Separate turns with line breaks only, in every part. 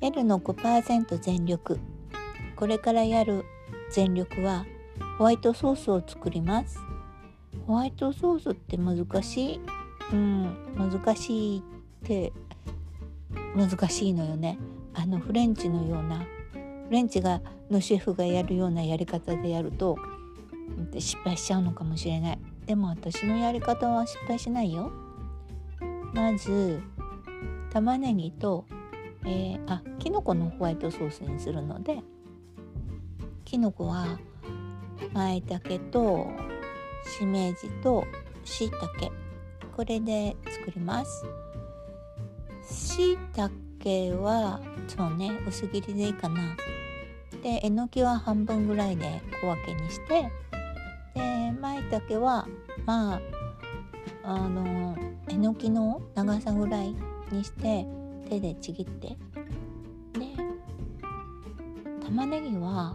L の 5% 全力。これからやる全力はホワイトソースを作ります。ホワイトソースって難しい？難しいって難しいのよね。フレンチのような、フレンチのシェフがやるようなやり方でやると失敗しちゃうのかもしれない。でも私のやり方は失敗しないよ。まず玉ねぎと、きのこのホワイトソースにするので、きのこは舞茸としめじとしいたけ、これで作ります。しいたけはそうね、薄切りでいいかな。でえのきは半分ぐらいで小分けにして、で舞茸はえのきの長さぐらいにして手でちぎって、で玉ねぎは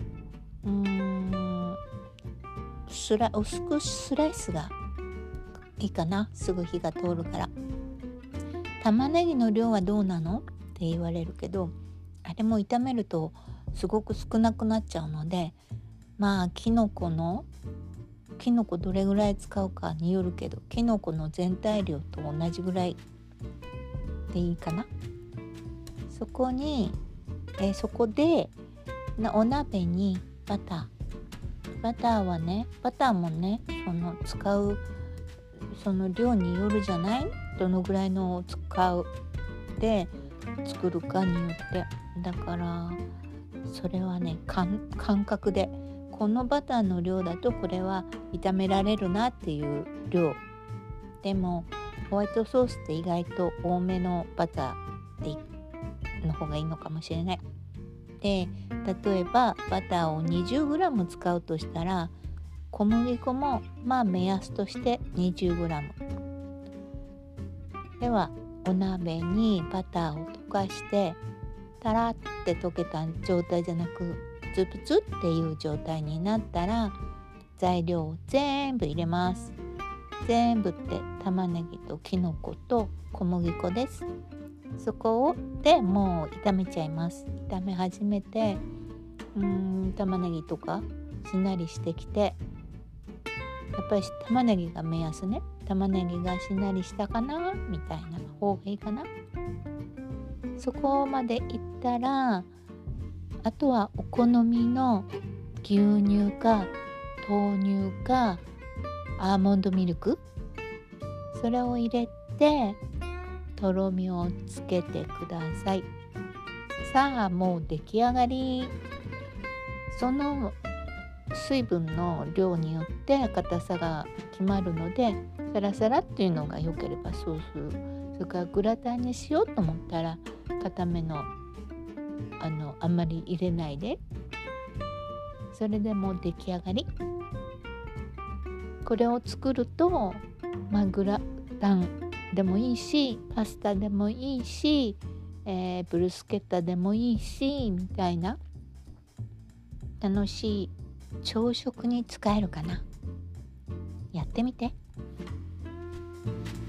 薄くスライスがいいかな。すぐ火が通るから。玉ねぎの量はどうなのって言われるけど、あれも炒めるとすごく少なくなっちゃうので、きのこどれぐらい使うかによるけど、きのこの全体量と同じぐらいでいいかな。そこでお鍋にバターもね、使うその量によるじゃない。どのぐらいのを使うで作るかによって、だからそれはね、感覚で、このバターの量だとこれは炒められるなっていう量でも、ホワイトソースって意外と多めのバターの方がいいのかもしれない。で例えばバターを 20g 使うとしたら、小麦粉も目安として 20g では、お鍋にバターを溶かして、タラって溶けた状態じゃなくプツプツっていう状態になったら、材料を全部入れます。全部って玉ねぎときのこと小麦粉です。そこでもう炒めちゃいます。炒め始めて、玉ねぎとかしんなりしてきて、やっぱり玉ねぎが目安ね。玉ねぎがしんなりしたかなみたいな方がいいかな。そこまでいったら、あとはお好みの牛乳か豆乳かアーモンドミルク、それを入れてとろみをつけてください。さあもう出来上がり。その水分の量によって硬さが決まるので、サラサラっていうのが良ければそうする。それからグラタンにしようと思ったら固めのあんまり入れないで、それでもう出来上がり。これを作ると、グラタンでもいいし、パスタでもいいし、ブルスケッタでもいいしみたいな、楽しい朝食に使えるかな。やってみて。